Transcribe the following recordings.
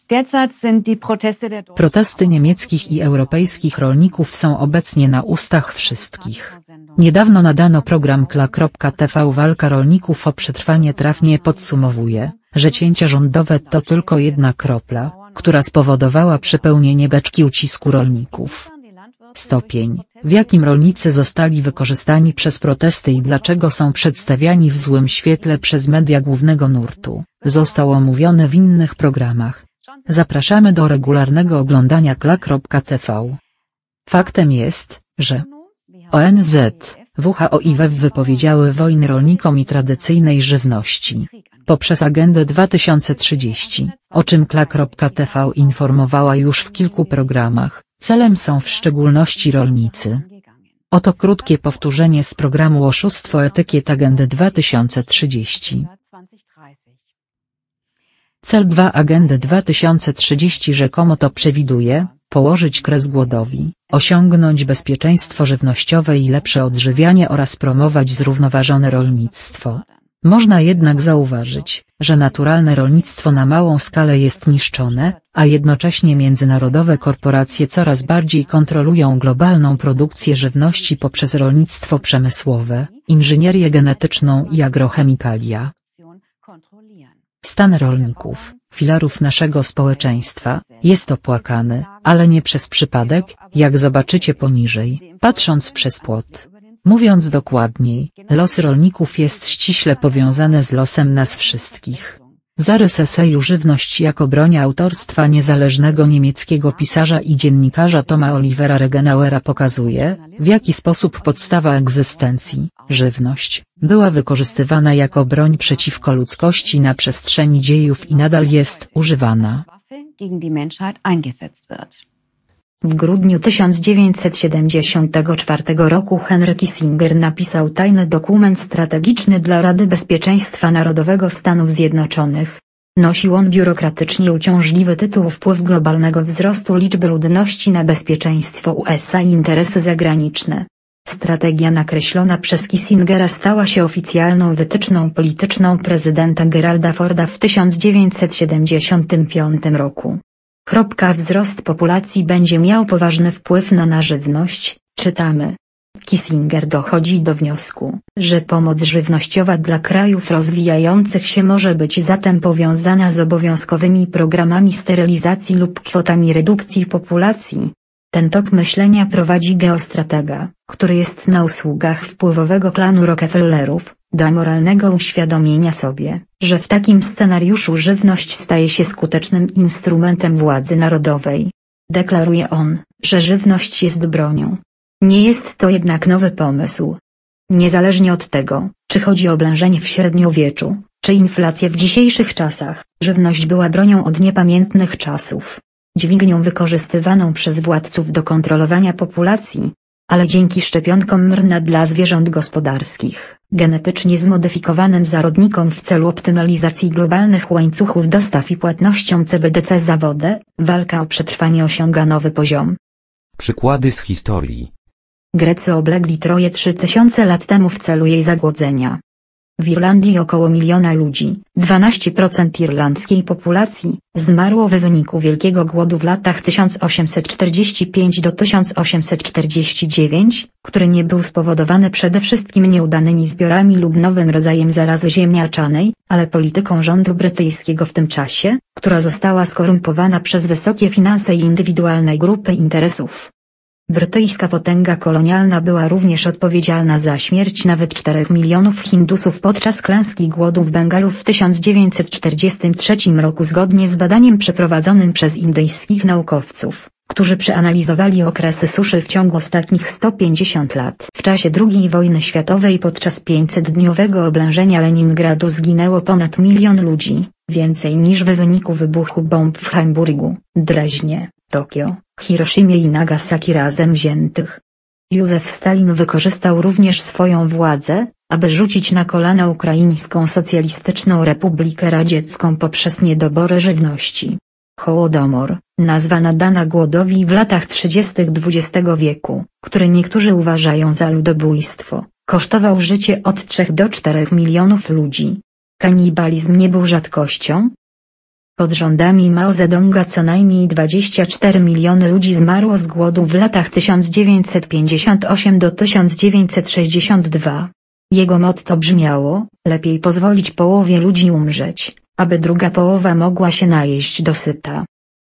Protesty niemieckich i europejskich rolników są obecnie na ustach wszystkich. Niedawno nadano program KLA.TV Walka rolników o przetrwanie trafnie podsumowuje, że cięcia rządowe to tylko jedna kropla, która spowodowała przepełnienie beczki ucisku rolników. Stopień, w jakim rolnicy zostali wykorzystani przez protesty i dlaczego są przedstawiani w złym świetle przez media głównego nurtu, został omówiony w innych programach. Zapraszamy do regularnego oglądania KLA.TV. Faktem jest, że ONZ, WHO i WWF wypowiedziały wojnę rolnikom i tradycyjnej żywności. Poprzez Agendę 2030, o czym KLA.TV informowała już w kilku programach, celem są w szczególności rolnicy. Oto krótkie powtórzenie z programu Oszustwo etykiet Agendy 2030. Cel 2 Agendy 2030 rzekomo to przewiduje, położyć kres głodowi, osiągnąć bezpieczeństwo żywnościowe i lepsze odżywianie oraz promować zrównoważone rolnictwo. Można jednak zauważyć, że naturalne rolnictwo na małą skalę jest niszczone, a jednocześnie międzynarodowe korporacje coraz bardziej kontrolują globalną produkcję żywności poprzez rolnictwo przemysłowe, inżynierię genetyczną i agrochemikalia. Stan rolników, filarów naszego społeczeństwa, jest opłakany, ale nie przez przypadek, jak zobaczycie poniżej, patrząc przez płot. Mówiąc dokładniej, los rolników jest ściśle powiązany z losem nas wszystkich. Zarys eseju Żywność jako broń autorstwa niezależnego niemieckiego pisarza i dziennikarza Toma Olivera Regenauera pokazuje, w jaki sposób podstawa egzystencji, żywność, była wykorzystywana jako broń przeciwko ludzkości na przestrzeni dziejów i nadal jest używana. W grudniu 1974 roku Henry Kissinger napisał tajny dokument strategiczny dla Rady Bezpieczeństwa Narodowego Stanów Zjednoczonych. Nosił on biurokratycznie uciążliwy tytuł Wpływ globalnego wzrostu liczby ludności na bezpieczeństwo USA i interesy zagraniczne. Strategia nakreślona przez Kissingera stała się oficjalną wytyczną polityczną prezydenta Geralda Forda w 1975 roku. Wzrost populacji będzie miał poważny wpływ na żywność, czytamy. Kissinger dochodzi do wniosku, że pomoc żywnościowa dla krajów rozwijających się może być zatem powiązana z obowiązkowymi programami sterylizacji lub kwotami redukcji populacji. Ten tok myślenia prowadzi geostratega, który jest na usługach wpływowego klanu Rockefellerów, do moralnego uświadomienia sobie, że w takim scenariuszu żywność staje się skutecznym instrumentem władzy narodowej. Deklaruje on, że żywność jest bronią. Nie jest to jednak nowy pomysł. Niezależnie od tego, czy chodzi o oblężenie w średniowieczu, czy inflację w dzisiejszych czasach, żywność była bronią od niepamiętnych czasów. Dźwignią wykorzystywaną przez władców do kontrolowania populacji. Ale dzięki szczepionkom mRNA dla zwierząt gospodarskich, genetycznie zmodyfikowanym zarodnikom w celu optymalizacji globalnych łańcuchów dostaw i płatnościom CBDC za wodę, walka o przetrwanie osiąga nowy poziom. Przykłady z historii. Grecy oblegli Troję 3000 lat temu w celu jej zagłodzenia. W Irlandii około 1 miliona ludzi, 12% irlandzkiej populacji, zmarło w wyniku Wielkiego Głodu w latach 1845 do 1849, który nie był spowodowany przede wszystkim nieudanymi zbiorami lub nowym rodzajem zarazy ziemniaczanej, ale polityką rządu brytyjskiego w tym czasie, która została skorumpowana przez wysokie finanse i indywidualne grupy interesów. Brytyjska potęga kolonialna była również odpowiedzialna za śmierć nawet 4 milionów Hindusów podczas klęski głodu w Bengalu w 1943 roku zgodnie z badaniem przeprowadzonym przez indyjskich naukowców, którzy przeanalizowali okresy suszy w ciągu ostatnich 150 lat. W czasie II wojny światowej podczas 500-dniowego oblężenia Leningradu zginęło ponad 1 milion ludzi, więcej niż w wyniku wybuchu bomb w Hamburgu, Dreźnie, Tokio, Hiroshimie i Nagasaki razem wziętych. Józef Stalin wykorzystał również swoją władzę, aby rzucić na kolana Ukraińską Socjalistyczną Republikę Radziecką poprzez niedobory żywności. Hołodomor, nazwa nadana głodowi w latach 30. XX wieku, który niektórzy uważają za ludobójstwo, kosztował życie od 3 do 4 milionów ludzi. Kanibalizm nie był rzadkością. Pod rządami Mao Zedonga co najmniej 24 miliony ludzi zmarło z głodu w latach 1958 do 1962. Jego motto brzmiało: lepiej pozwolić połowie ludzi umrzeć, aby druga połowa mogła się najeść dosyta.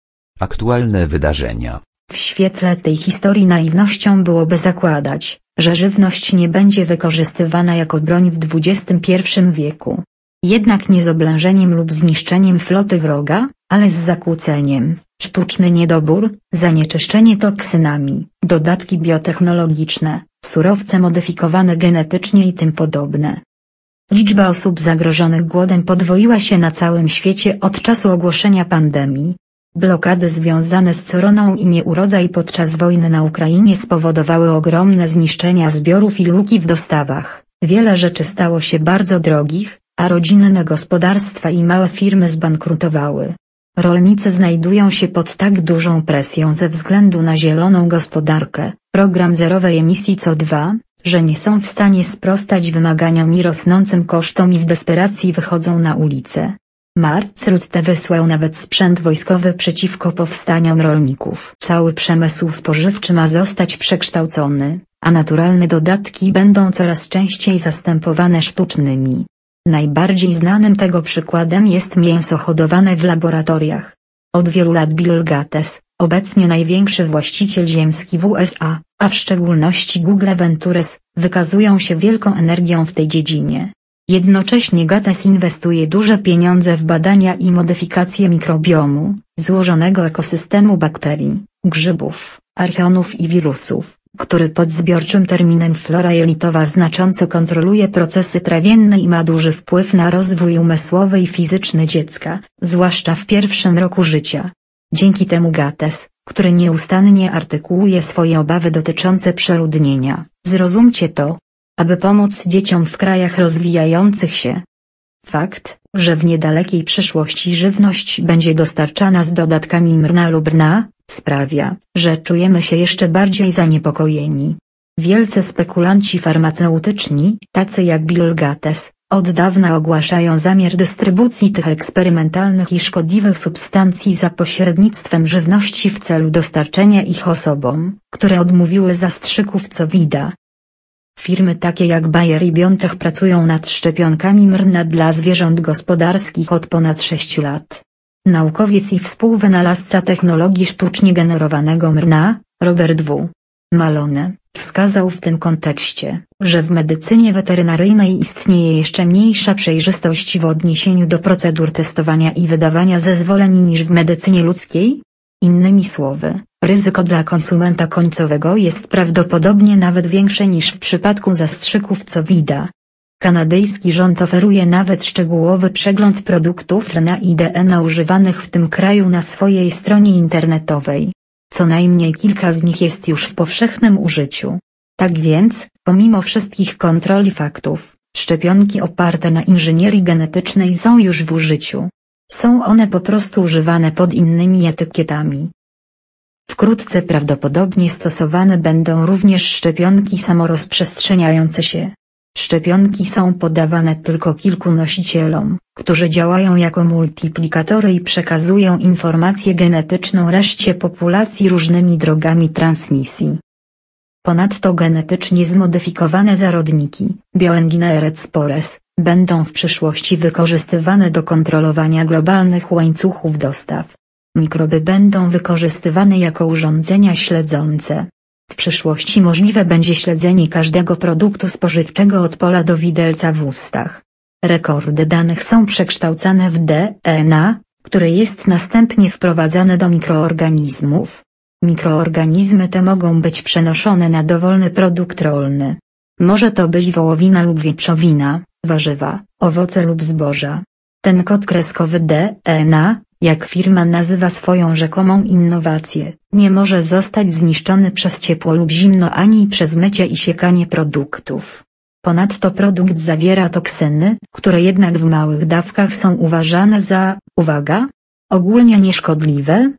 Aktualne wydarzenia. W świetle tej historii naiwnością byłoby zakładać, że żywność nie będzie wykorzystywana jako broń w XXI wieku. Jednak nie z oblężeniem lub zniszczeniem floty wroga, ale z zakłóceniem, sztuczny niedobór, zanieczyszczenie toksynami, dodatki biotechnologiczne, surowce modyfikowane genetycznie i tym podobne. Liczba osób zagrożonych głodem podwoiła się na całym świecie od czasu ogłoszenia pandemii. Blokady związane z koroną i nieurodzaj podczas wojny na Ukrainie spowodowały ogromne zniszczenia zbiorów i luki w dostawach. Wiele rzeczy stało się bardzo drogich, a rodzinne gospodarstwa i małe firmy zbankrutowały. Rolnicy znajdują się pod tak dużą presją ze względu na zieloną gospodarkę, program zerowej emisji CO2, że nie są w stanie sprostać wymaganiom i rosnącym kosztom i w desperacji wychodzą na ulicę. Mark Rutte wysłał nawet sprzęt wojskowy przeciwko powstaniom rolników. Cały przemysł spożywczy ma zostać przekształcony, a naturalne dodatki będą coraz częściej zastępowane sztucznymi. Najbardziej znanym tego przykładem jest mięso hodowane w laboratoriach. Od wielu lat Bill Gates, obecnie największy właściciel ziemski w USA, a w szczególności Google Ventures, wykazują się wielką energią w tej dziedzinie. Jednocześnie Gates inwestuje duże pieniądze w badania i modyfikację mikrobiomu, złożonego ekosystemu bakterii, grzybów, archeonów i wirusów, który pod zbiorczym terminem flora jelitowa znacząco kontroluje procesy trawienne i ma duży wpływ na rozwój umysłowy i fizyczny dziecka, zwłaszcza w pierwszym roku życia. Dzięki temu Gates, który nieustannie artykułuje swoje obawy dotyczące przeludnienia, zrozumcie to, aby pomóc dzieciom w krajach rozwijających się. Fakt, że w niedalekiej przyszłości żywność będzie dostarczana z dodatkami mRNA lub RNA, sprawia, że czujemy się jeszcze bardziej zaniepokojeni. Wielcy spekulanci farmaceutyczni, tacy jak Bill Gates, od dawna ogłaszają zamiar dystrybucji tych eksperymentalnych i szkodliwych substancji za pośrednictwem żywności w celu dostarczenia ich osobom, które odmówiły zastrzyków COVID-a. Firmy takie jak Bayer i BioNTech pracują nad szczepionkami mRNA dla zwierząt gospodarskich od ponad 6 lat. Naukowiec i współwynalazca technologii sztucznie generowanego mRNA, Robert W. Malone, wskazał w tym kontekście, że w medycynie weterynaryjnej istnieje jeszcze mniejsza przejrzystość w odniesieniu do procedur testowania i wydawania zezwoleń niż w medycynie ludzkiej. Innymi słowy, ryzyko dla konsumenta końcowego jest prawdopodobnie nawet większe niż w przypadku zastrzyków COVID-a. Kanadyjski rząd oferuje nawet szczegółowy przegląd produktów RNA i DNA używanych w tym kraju na swojej stronie internetowej. Co najmniej kilka z nich jest już w powszechnym użyciu. Tak więc, pomimo wszystkich kontroli faktów, szczepionki oparte na inżynierii genetycznej są już w użyciu. Są one po prostu używane pod innymi etykietami. Wkrótce prawdopodobnie stosowane będą również szczepionki samorozprzestrzeniające się. Szczepionki są podawane tylko kilku nosicielom, którzy działają jako multiplikatory i przekazują informację genetyczną reszcie populacji różnymi drogami transmisji. Ponadto genetycznie zmodyfikowane zarodniki, bioengineered spores, będą w przyszłości wykorzystywane do kontrolowania globalnych łańcuchów dostaw. Mikroby będą wykorzystywane jako urządzenia śledzące. W przyszłości możliwe będzie śledzenie każdego produktu spożywczego od pola do widelca w ustach. Rekordy danych są przekształcane w DNA, które jest następnie wprowadzane do mikroorganizmów. Mikroorganizmy te mogą być przenoszone na dowolny produkt rolny. Może to być wołowina lub wieprzowina, warzywa, owoce lub zboża. Ten kod kreskowy DNA, jak firma nazywa swoją rzekomą innowację, nie może zostać zniszczony przez ciepło lub zimno ani przez mycie i siekanie produktów. Ponadto produkt zawiera toksyny, które jednak w małych dawkach są uważane za, uwaga, ogólnie nieszkodliwe.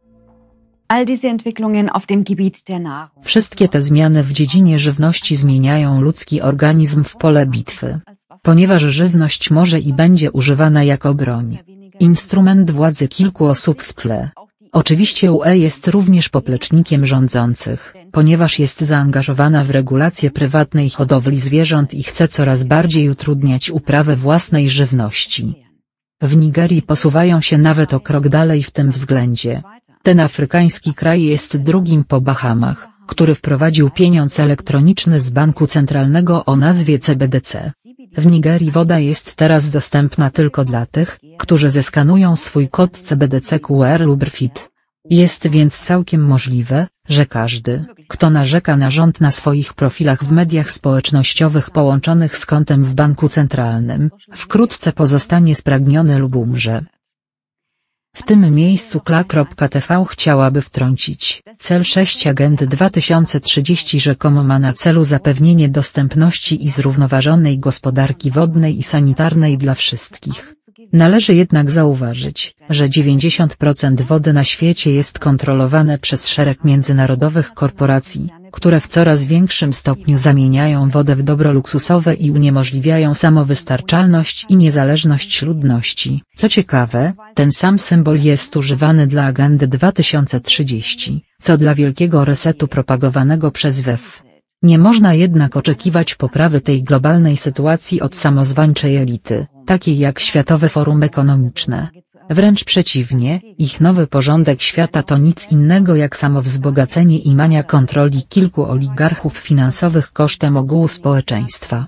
Wszystkie te zmiany w dziedzinie żywności zmieniają ludzki organizm w pole bitwy. Ponieważ żywność może i będzie używana jako broń. instrument władzy kilku osób w tle. Oczywiście UE jest również poplecznikiem rządzących, ponieważ jest zaangażowana w regulację prywatnej hodowli zwierząt i chce coraz bardziej utrudniać uprawę własnej żywności. W Nigerii posuwają się nawet o krok dalej w tym względzie. Ten afrykański kraj jest drugim po Bahamach, który wprowadził pieniądz elektroniczny z banku centralnego o nazwie CBDC. W Nigerii woda jest teraz dostępna tylko dla tych, którzy zeskanują swój kod CBDC QR lub RFID. Jest więc całkiem możliwe, że każdy, kto narzeka na rząd na swoich profilach w mediach społecznościowych połączonych z kontem w banku centralnym, wkrótce pozostanie spragniony lub umrze. W tym miejscu KLA.TV chciałaby wtrącić, cel 6 Agendy 2030 rzekomo ma na celu zapewnienie dostępności i zrównoważonej gospodarki wodnej i sanitarnej dla wszystkich. Należy jednak zauważyć, że 90% wody na świecie jest kontrolowane przez szereg międzynarodowych korporacji, które w coraz większym stopniu zamieniają wodę w dobro luksusowe i uniemożliwiają samowystarczalność i niezależność ludności. Co ciekawe, ten sam symbol jest używany dla Agendy 2030, co dla wielkiego resetu propagowanego przez WEF. Nie można jednak oczekiwać poprawy tej globalnej sytuacji od samozwańczej elity, takiej jak Światowe Forum Ekonomiczne. Wręcz przeciwnie, ich nowy porządek świata to nic innego jak samowzbogacenie i mania kontroli kilku oligarchów finansowych kosztem ogółu społeczeństwa.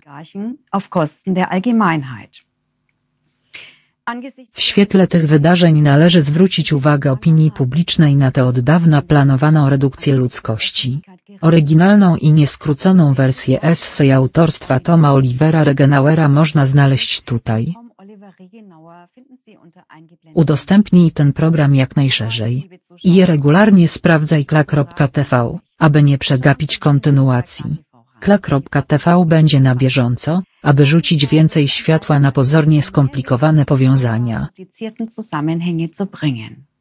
W świetle tych wydarzeń należy zwrócić uwagę opinii publicznej na tę od dawna planowaną redukcję ludzkości. Oryginalną i nieskróconą wersję essay autorstwa Toma Olivera Regenauera można znaleźć tutaj. Udostępnij ten program jak najszerzej. I regularnie sprawdzaj KLA.TV, aby nie przegapić kontynuacji. KLA.TV będzie na bieżąco, aby rzucić więcej światła na pozornie skomplikowane powiązania.